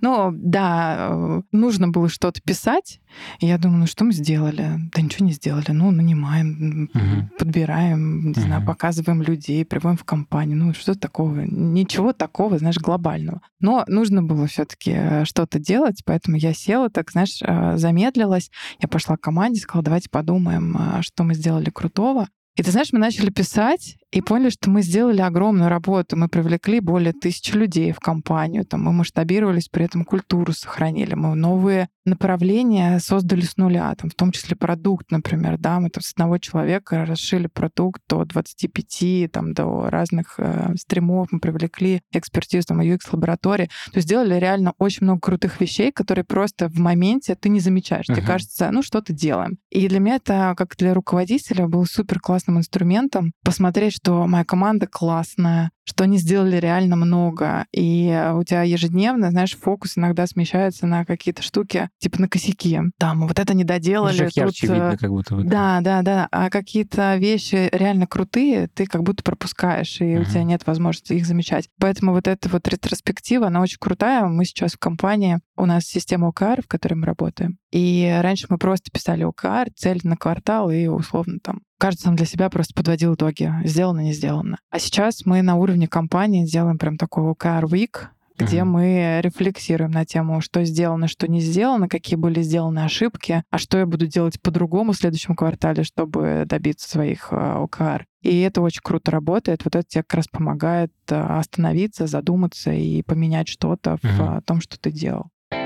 Нужно было что-то писать. И я думаю, что мы сделали? Да ничего не сделали. Нанимаем, подбираем, не знаю, показываем людей, приводим в компанию. Что такого? Ничего такого, знаешь, глобального. Но нужно было все-таки что-то делать, поэтому я села, замедлилась. Я пошла к команде, сказала, давайте подумаем, что мы сделали крутого. И ты знаешь, мы начали писать, и поняли, что мы сделали огромную работу. Мы привлекли более 1000 людей в компанию, там, мы масштабировались, при этом культуру сохранили, мы новые направления создали с нуля, там, в том числе продукт, например, да, мы там с одного человека расшили продукт до 25, там, до разных стримов, мы привлекли экспертизу там, UX-лаборатории, то есть сделали реально очень много крутых вещей, которые просто в моменте ты не замечаешь. Тебе кажется, ну, что-то делаем. И для меня это, как для руководителя, был супер классным инструментом посмотреть, что моя команда классная, что они сделали реально много. И у тебя ежедневно, знаешь, фокус иногда смещается на какие-то штуки, типа на косяки. Там, вот это не доделали. Тут ярче видно, как будто бы. Да. А какие-то вещи реально крутые ты как будто пропускаешь, и у тебя нет возможности их замечать. Поэтому вот эта вот ретроспектива, она очень крутая. Мы сейчас в компании, у нас система OKR, в которой мы работаем. И раньше мы просто писали OKR, цель на квартал, и условно там каждый сам для себя просто подводил итоги. Сделано, не сделано. А сейчас мы на уровне компании делаем прям такой OKR Week, где мы рефлексируем на тему, что сделано, что не сделано, какие были сделаны ошибки, а что я буду делать по-другому в следующем квартале, чтобы добиться своих OKR. И это очень круто работает. Вот это тебе как раз помогает остановиться, задуматься и поменять что-то в том, что ты делал.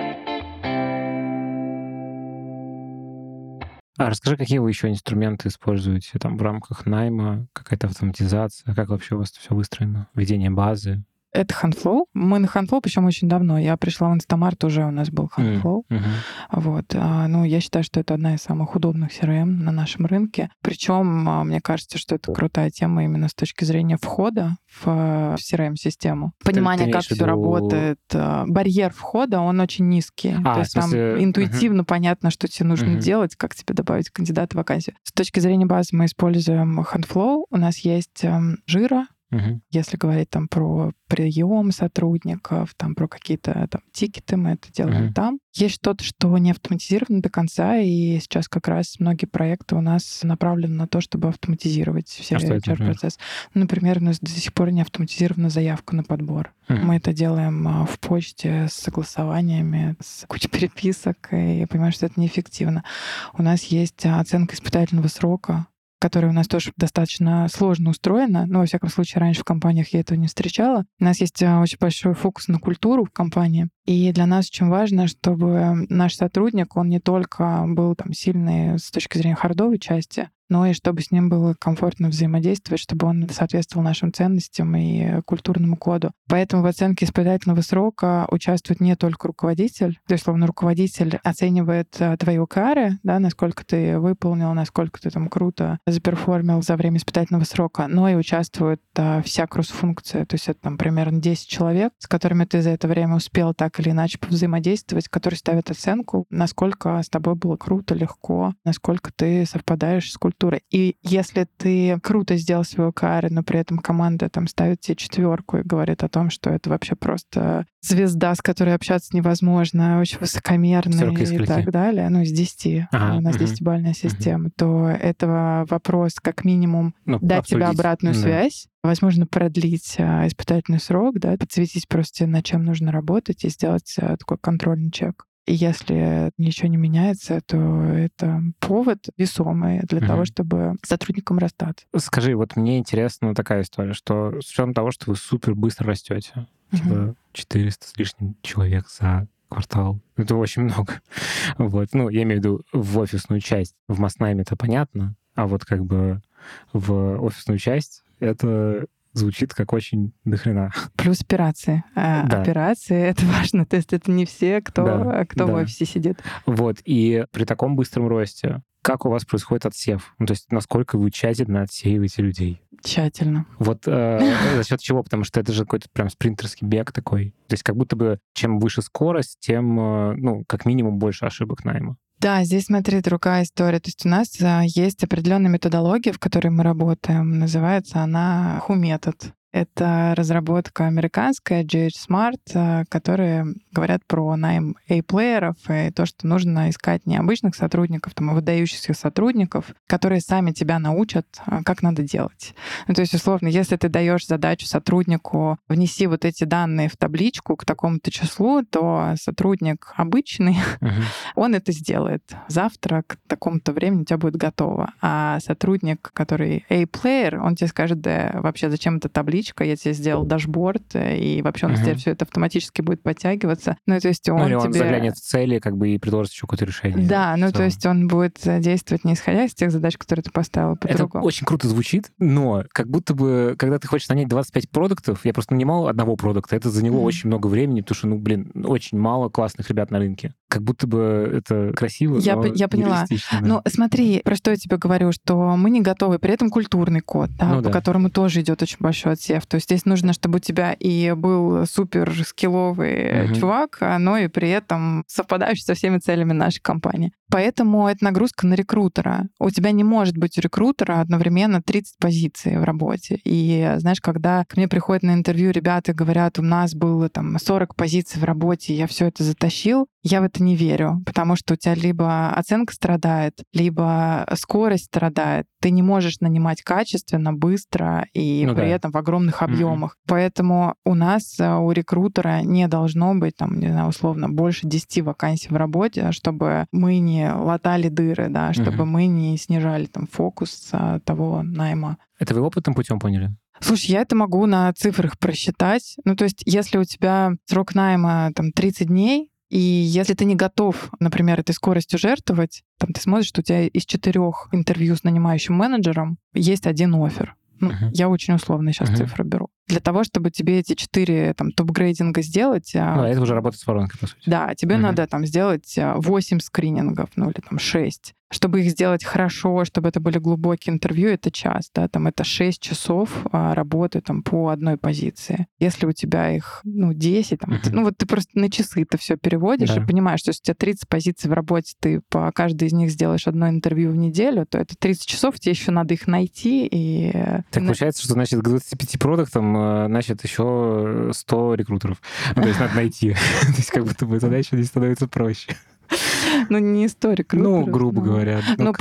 А расскажи, какие вы еще инструменты используете там в рамках найма, какая-то автоматизация, как вообще у вас это все выстроено, ведение базы? Это Handflow. Мы на Handflow, причем очень давно. Я пришла в Instamart, уже у нас был Handflow. Вот. Ну, я считаю, что это одна из самых удобных CRM на нашем рынке. Причем мне кажется, что это крутая тема именно с точки зрения входа в CRM-систему. Понимание, как все работает. Барьер входа, он очень низкий. То есть там интуитивно понятно, что тебе нужно делать, как тебе добавить кандидата в вакансию. С точки зрения базы мы используем Handflow. У нас есть Jira. Если говорить там про прием сотрудников, там про какие-то там тикеты, мы это делаем там. Есть что-то, что не автоматизировано до конца, и сейчас как раз многие проекты у нас направлены на то, чтобы автоматизировать все HR-процесс. Например, у нас до сих пор не автоматизирована заявка на подбор. Мы это делаем в почте с согласованиями, с кучей переписок, и я понимаю, что это неэффективно. У нас есть оценка испытательного срока, которая у нас тоже достаточно сложно устроена. Но, во всяком случае, раньше в компаниях я этого не встречала. У нас есть очень большой фокус на культуру в компании. И для нас очень важно, чтобы наш сотрудник, он не только был там сильный с точки зрения хардовой части, но и чтобы с ним было комфортно взаимодействовать, чтобы он соответствовал нашим ценностям и культурному коду. Поэтому в оценке испытательного срока участвует не только руководитель. То есть, словно руководитель оценивает твои OKR, да, насколько ты выполнил, насколько ты там круто заперформил за время испытательного срока, но и участвует вся кросс-функция. То есть это там примерно 10 человек, с которыми ты за это время успел так или иначе повзаимодействовать, которые ставят оценку, насколько с тобой было круто, легко, насколько ты совпадаешь с культурой. И если ты круто сделал свой OKR, но при этом команда там ставит тебе 4 и говорит о том, что это вообще просто звезда, с которой общаться невозможно, очень высокомерная и так далее, ну, из 10, у нас 10-бальная система, то это вопрос как минимум дать тебе обратную связь, возможно, продлить испытательный срок, да, подсветить просто, над чем нужно работать и сделать такой контрольный чек. И если ничего не меняется, то это повод весомый для того, чтобы с сотрудником расстаться. Скажи, вот мне интересна такая история, что с учетом того, что вы супер быстро растете, типа 400 с лишним человек за квартал, это очень много. Вот. Ну, я имею в виду в офисную часть. В Моснайме это понятно, а вот как бы в офисную часть это звучит как очень дохрена. Плюс операции. Операции — это важно. То есть это не все, кто в офисе сидит. Вот. И при таком быстром росте как у вас происходит отсев? Ну, то есть насколько вы тщательно отсеиваете людей? Тщательно. Вот за счет чего? Потому что это же какой-то прям спринтерский бег такой. То есть как будто бы чем выше скорость, тем, ну, как минимум больше ошибок найма. Да, здесь, смотри, другая история. То есть у нас есть определенная методология, в которой мы работаем. Называется она Who метод. Это разработка американская, GH Smart, которые говорят про найм A-плееров и то, что нужно искать не обычных сотрудников, а выдающихся сотрудников, которые сами тебя научат, как надо делать. Ну, то есть, условно, если ты даешь задачу сотруднику внеси вот эти данные в табличку к такому-то числу, то сотрудник обычный, он это сделает. Завтра к такому-то времени у тебя будет готово. А сотрудник, который A-плеер, он тебе скажет, да вообще зачем эта табличка, я тебе сделал дашборд, и вообще у нас теперь все это автоматически будет подтягиваться. Ну, то есть он или он тебе... заглянет в цели, как бы, и предложит еще какое-то решение. Да, ну, то есть он будет действовать не исходя из тех задач, которые ты поставил, по-другому. Это очень круто звучит, но как будто бы, когда ты хочешь нанять 25 продуктов, я просто нанимал одного продукта, это заняло очень много времени, потому что, очень мало классных ребят на рынке. Как будто бы это красиво, я но поняла. Да. Ну, смотри, про что я тебе говорю, что мы не готовы, при этом культурный код, да, по которому тоже идет очень большой отсев. То есть здесь нужно, чтобы у тебя и был супер скилловый чувак, но и при этом совпадающий со всеми целями нашей компании. Поэтому это нагрузка на рекрутера. У тебя не может быть у рекрутера одновременно 30 позиций в работе. И знаешь, когда ко мне приходят на интервью ребята и говорят, у нас было там 40 позиций в работе, и я все это затащил, я в это не верю, потому что у тебя либо оценка страдает, либо скорость страдает. Ты не можешь нанимать качественно, быстро и при этом в огромных объемах. Поэтому у нас, у рекрутера не должно быть, там, не знаю, условно, больше 10 вакансий в работе, чтобы мы не латали дыры, да, чтобы мы не снижали там фокус того найма. Это вы опытным путем поняли? Слушай, я это могу на цифрах просчитать. Ну, то есть, если у тебя срок найма там 30 дней, и если ты не готов, например, этой скоростью жертвовать, там ты смотришь, что у тебя из 4 интервью с нанимающим менеджером есть 1 оффер. Ну, я очень условно сейчас цифры беру. Для того, чтобы тебе эти 4 там, топ-грейдинга сделать... это уже работа с воронкой, по сути. Да, тебе надо там сделать 8 скринингов, ну или там 6. Чтобы их сделать хорошо, чтобы это были глубокие интервью, это час, да, там это 6 часов работы там по одной позиции. Если у тебя их, 10, там, вот ты просто на часы это все переводишь и понимаешь, что если у тебя 30 позиций в работе, ты по каждой из них сделаешь одно интервью в неделю, то это 30 часов, тебе еще надо их найти и... Так получается, что, значит, к 25 продуктам, значит, еще 100 рекрутеров. То есть надо найти. То есть как будто бы задача здесь становится проще. Не 100 рекрутеров. Грубо говоря.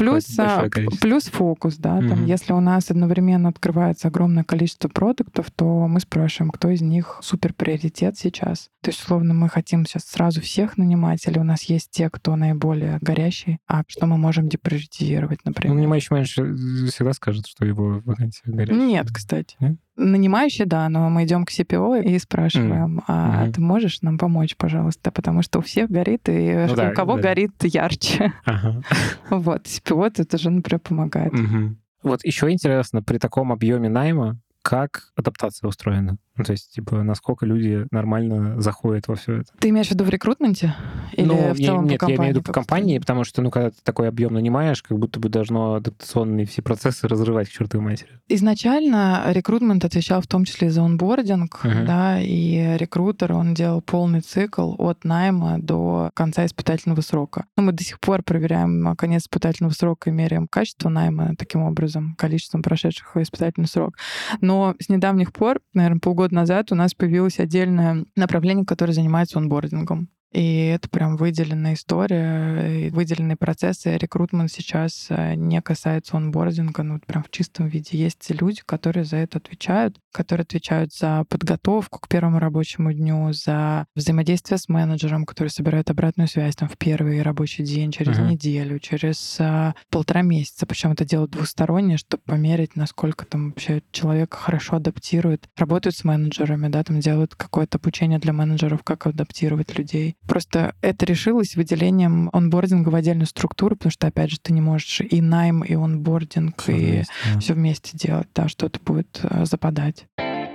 Плюс фокус, да. Там, если у нас одновременно открывается огромное количество продуктов, то мы спрашиваем, кто из них супер приоритет сейчас. То есть, условно, мы хотим сейчас сразу всех нанимать, или у нас есть те, кто наиболее горящий, а что мы можем деприоритизировать, например. Нанимающий менеджер всегда скажет, что его вакансия горящая. Нет, кстати. Нет? Нанимающий, да, но мы идем к CPO и спрашиваем, ты можешь нам помочь, пожалуйста, потому что у всех горит, и у кого горит ярче. Вот, CPO тут уже, например, помогает. Вот еще интересно, при таком объеме найма, как адаптация устроена? То есть, насколько люди нормально заходят во все это? Ты имеешь в виду в рекрутменте? Или в целом нет, по компании? Я имею в виду по компании, потому что, когда ты такой объем нанимаешь, как будто бы должно адаптационные все процессы разрывать к чертовой матери. Изначально рекрутмент отвечал в том числе за онбординг, да, и рекрутер, он делал полный цикл от найма до конца испытательного срока. Мы до сих пор проверяем конец испытательного срока и меряем качество найма таким образом, количеством прошедших испытательный срок. Но с недавних пор, наверное, полгода назад у нас появилось отдельное направление, которое занимается онбордингом. И это прям выделенная история, выделенные процессы. Рекрутмент сейчас не касается онбординга, прям в чистом виде. Есть люди, которые за это отвечают, которые отвечают за подготовку к первому рабочему дню, за взаимодействие с менеджером, который собирает обратную связь в первый рабочий день, через неделю, через 1,5 месяца. Причем это делают двустороннее, чтобы померить, насколько там вообще человек хорошо адаптирует. Работают с менеджерами, да, там делают какое-то обучение для менеджеров, как адаптировать людей. Просто это решилось выделением онбординга в отдельную структуру, потому что, опять же, ты не можешь и найм, и онбординг, все вместе делать, да, что-то будет западать.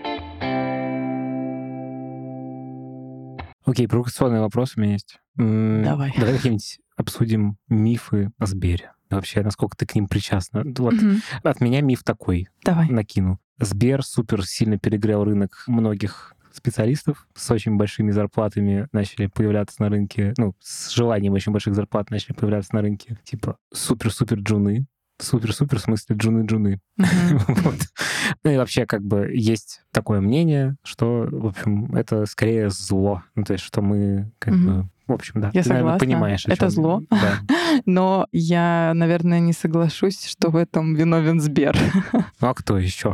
Окей, провокационный вопрос у меня есть. Давай как-нибудь обсудим мифы о Сбере. Вообще, насколько ты к ним причастна. Вот от меня миф такой. Давай. Накину. Сбер супер сильно перегрел рынок многих специалистов с очень большими зарплатами начали появляться на рынке, с желанием очень больших зарплат начали появляться на рынке, типа супер-супер джуны, Супер-супер, в смысле джуны-джуны. Вот. Ну и вообще как бы есть такое мнение, что, в общем, это скорее зло. Ну то есть что мы как бы... В общем, да. Я ты, наверное, согласна. понимаешь, о это чем. зло. Да. Но я, наверное, не соглашусь, что в этом виновен Сбер. Ну а кто еще?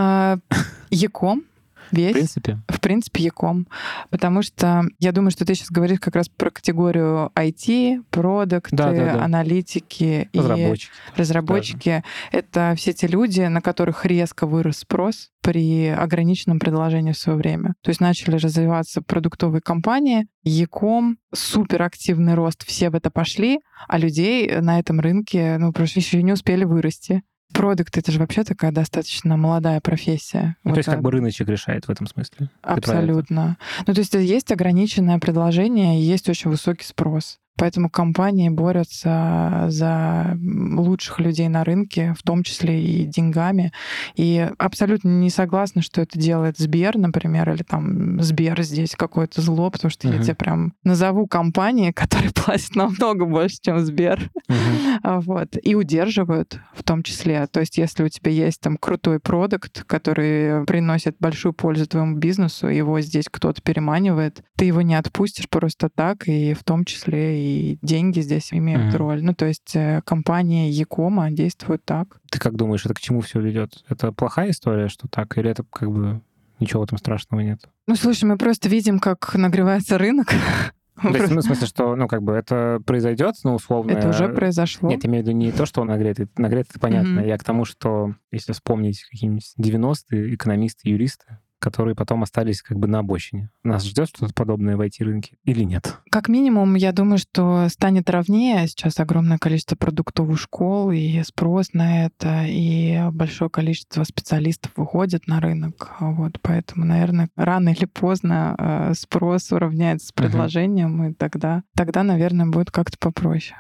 Яком. Весь. В принципе, Яком. Потому что я думаю, что ты сейчас говоришь как раз про категорию IT, продукты, аналитики и разработчики. Это все те люди, на которых резко вырос спрос при ограниченном предложении в свое время. То есть начали развиваться продуктовые компании, Яком, суперактивный рост, все в это пошли, а людей на этом рынке, просто еще не успели вырасти. Продукт — это же вообще такая достаточно молодая профессия. Ну, то есть как бы рыночек решает в этом смысле. Абсолютно. Ну, то есть есть ограниченное предложение и есть очень высокий спрос. Поэтому компании борются за лучших людей на рынке, в том числе и деньгами. И абсолютно не согласна, что это делает Сбер, например, или там Сбер здесь какое-то зло, потому что я тебе прям назову компании, которые платят намного больше, чем Сбер. Вот. И удерживают в том числе. То есть если у тебя есть там крутой продукт, который приносит большую пользу твоему бизнесу, его здесь кто-то переманивает, ты его не отпустишь просто так, и в том числе и деньги здесь имеют роль. Ну, то есть компания Якома действует так. Ты как думаешь, это к чему все ведет? Это плохая история, что так? Или это как бы ничего в этом страшного нет? Ну, слушай, мы просто видим, как нагревается рынок. То есть, в смысле, что, это произойдет, условно... Это уже произошло. Нет, я имею в виду не то, что он нагрет. Нагрет — это понятно. Я к тому, что, если вспомнить какие-нибудь 90-е, экономисты, юристы, которые потом остались как бы на обочине. Нас ждет что-то подобное в IT-рынке или нет? Как минимум, я думаю, что станет ровнее. Сейчас огромное количество продуктовых школ и спрос на это, и большое количество специалистов выходит на рынок. Вот, поэтому, наверное, рано или поздно спрос уравняется с предложением, и тогда, наверное, будет как-то попроще.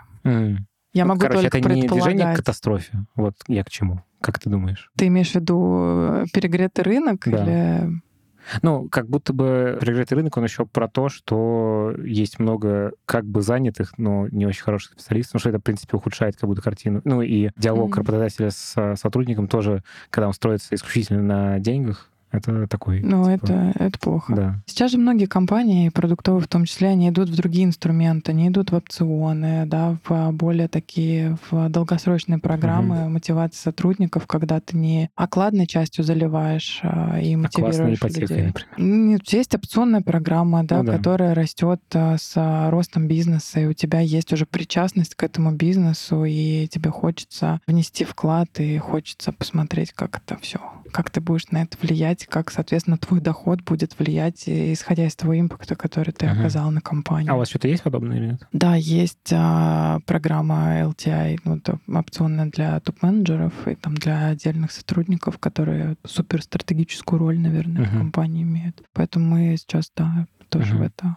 Я могу только это предполагать. Не движение к катастрофе. Вот я к чему. Как ты думаешь? Ты имеешь в виду перегретый рынок? Да. Или... Как будто бы перегретый рынок, он еще про то, что есть много как бы занятых, но не очень хороших специалистов, потому что это, в принципе, ухудшает как будто картину. Ну и диалог работодателя с сотрудником тоже, когда он строится исключительно на деньгах, это такой... это плохо. Да. Сейчас же многие компании, продуктовые в том числе, они идут в другие инструменты, они идут в опционы, в более такие, в долгосрочные программы мотивации сотрудников, когда ты не окладной частью заливаешь и мотивируешь людей. Например. Есть опционная программа, которая растет с ростом бизнеса, и у тебя есть уже причастность к этому бизнесу, и тебе хочется внести вклад, и хочется посмотреть, как это все, как ты будешь на это влиять, как, соответственно, твой доход будет влиять, исходя из того импакта, который ты оказал на компанию. А у вас что-то есть подобное или нет? Да, есть программа LTI, это опционная для топ-менеджеров и там для отдельных сотрудников, которые суперстратегическую роль, наверное, в компании имеют. Поэтому мы сейчас, тоже в это.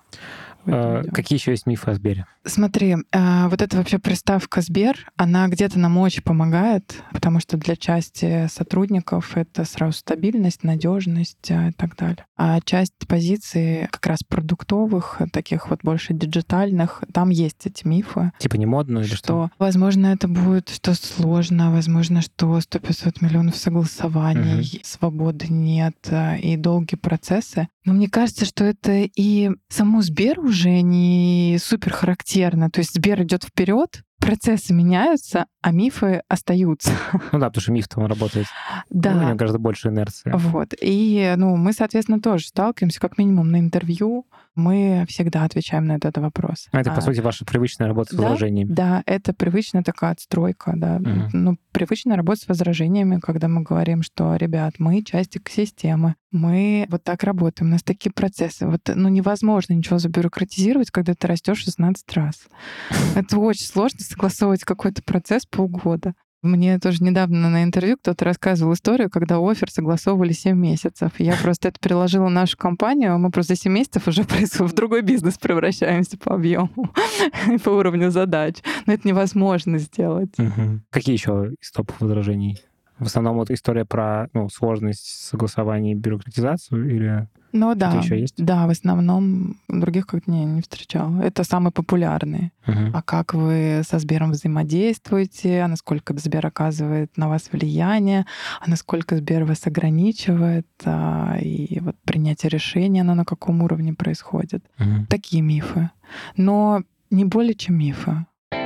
Какие еще есть мифы о Сбере? Смотри, вот эта вообще приставка Сбер, она где-то нам очень помогает, потому что для части сотрудников это сразу стабильность, надежность и так далее. А часть позиций как раз продуктовых, таких вот больше диджитальных, там есть эти мифы. Типа не модно или что? Возможно, это будет что сложно, возможно, что 100-500 миллионов согласований, свободы нет и долгие процессы. Но мне кажется, что это и саму Сбер уже не супер характерно. То есть Сбер идет вперед, процессы меняются, а мифы остаются. Ну да, потому что миф-то он работает. Да. У него гораздо больше инерции. Вот. И мы, соответственно, тоже сталкиваемся, как минимум на интервью. Мы всегда отвечаем на этот вопрос. Это, по сути, ваша привычная работа с возражениями. Да, это привычная такая отстройка, да. Привычная работа с возражениями, когда мы говорим, что, ребят, мы часть экосистемы, мы вот так работаем, у нас такие процессы. Невозможно ничего забюрократизировать, когда ты растешь 16 раз. Это очень сложно согласовывать какой-то процесс полгода. Мне тоже недавно на интервью кто-то рассказывал историю, когда оффер согласовывали 7 месяцев. Я просто это переложила в нашу компанию. Мы просто за 7 месяцев уже в другой бизнес превращаемся по объему и по уровню задач. Но это невозможно сделать. Какие еще из топов возражений В основном вот история про сложность согласования и бюрократизацию или да, еще есть? Да, в основном других как-то не встречала. Это самые популярные. А как вы со Сбером взаимодействуете, а насколько Сбер оказывает на вас влияние, а насколько Сбер вас ограничивает, и вот принятие решения, оно на каком уровне происходит. Такие мифы. Но не более чем мифы.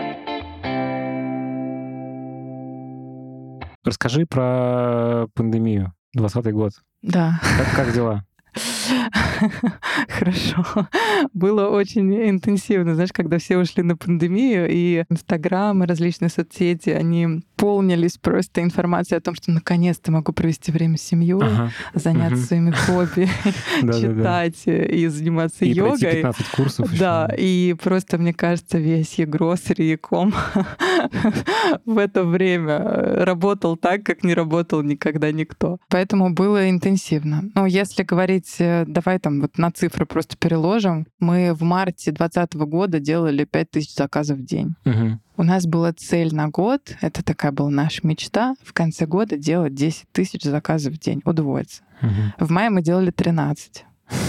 Расскажи про пандемию. 2020 год. Да. Как дела? Хорошо. Было очень интенсивно. Знаешь, когда все ушли на пандемию, и Инстаграм, и различные соцсети, они полнились просто информацией о том, что наконец-то могу провести время с семьей, заняться своими хобби, читать и заниматься йогой. И пройти 15 курсов. Да, и просто, мне кажется, весь e-grocery, e-com в это время работал так, как не работал никогда никто. Поэтому было интенсивно. Но если говорить, давай там вот на цифры просто переложим, мы в марте 2020 года делали 5000 заказов в день. У нас была цель на год, это такая была наша мечта, в конце года делать 10 тысяч заказов в день, удвоиться. В мае мы делали 13.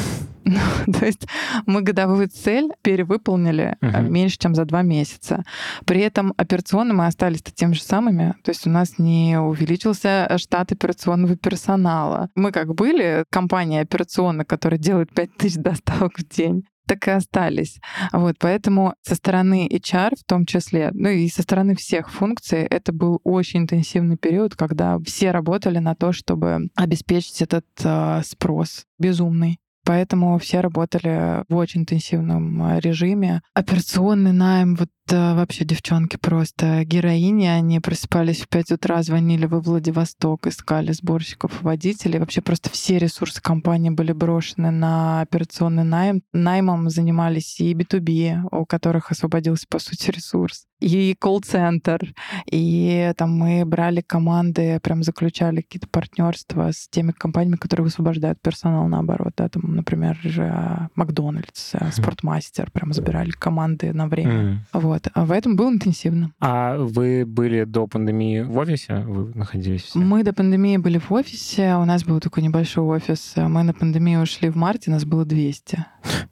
То есть мы годовую цель перевыполнили меньше, чем за 2 месяца. При этом операционно мы остались теми же самыми. То есть у нас не увеличился штат операционного персонала. Мы как были компания операционная, которая делает 5000 доставок в день, так и остались. Вот, поэтому со стороны HR в том числе, и со стороны всех функций, это был очень интенсивный период, когда все работали на то, чтобы обеспечить этот спрос безумный. Поэтому все работали в очень интенсивном режиме. Операционный найм, вообще девчонки просто героини. Они просыпались в 5 утра, звонили во Владивосток, искали сборщиков и водителей. Вообще просто все ресурсы компании были брошены на операционный найм. Наймом занимались и B2B, у которых освободился, по сути, ресурс, и колл-центр. И там мы брали команды, прям заключали какие-то партнерства с теми компаниями, которые высвобождают персонал, наоборот. Да, там, например, Макдональдс, Спортмастер, прям забирали команды на время. Вот. А в этом было интенсивно. А вы были до пандемии в офисе? Вы находились все? Мы до пандемии были в офисе. У нас был такой небольшой офис. Мы на пандемию ушли в марте, нас было 200.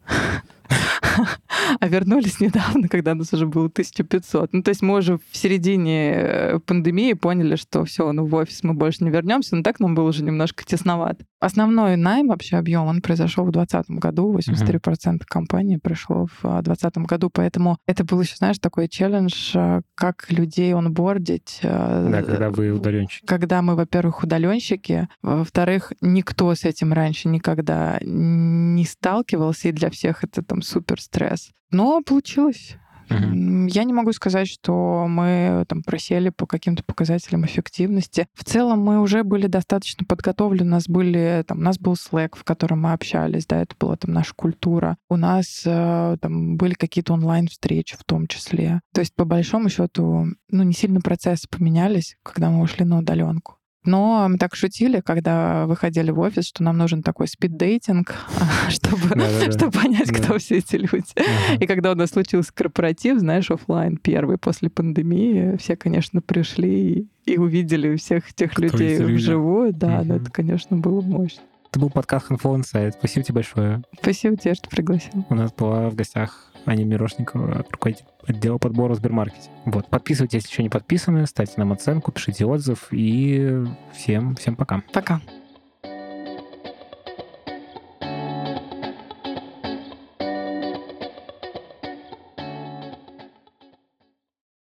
А вернулись недавно, когда нас уже было 1500. То есть мы уже в середине пандемии поняли, что все, в офис мы больше не вернемся, но так нам было уже немножко тесновато. Основной найм, вообще объем, он произошел в 2020 году. 83% компании пришло в 2020 году, поэтому это был еще, знаешь, такой челлендж, как людей онбордить. Да, когда вы удаленщики. Когда мы, во-первых, удаленщики, во-вторых, никто с этим раньше никогда не сталкивался, и для всех это там супер стресс. Но получилось. Я не могу сказать, что мы там просели по каким-то показателям эффективности. В целом мы уже были достаточно подготовлены. У нас был Slack, в котором мы общались, да, это была там наша культура. У нас там были какие-то онлайн-встречи в том числе. То есть, по большому счету, не сильно процессы поменялись, когда мы ушли на удаленку. Но мы так шутили, когда выходили в офис, что нам нужен такой спид-дейтинг, чтобы понять, кто все эти люди. И когда у нас случился корпоратив, знаешь, офлайн первый после пандемии, все, конечно, пришли и увидели всех тех людей вживую. Да, это, конечно, было мощно. Это был подкаст Handful Insight. Спасибо тебе большое. Спасибо тебе, что пригласил. У нас была в гостях Аня Мирошникова, руководитель отдела подбора в Сбермаркете. Подписывайтесь, если еще не подписаны, ставьте нам оценку, пишите отзыв, и всем пока. Пока.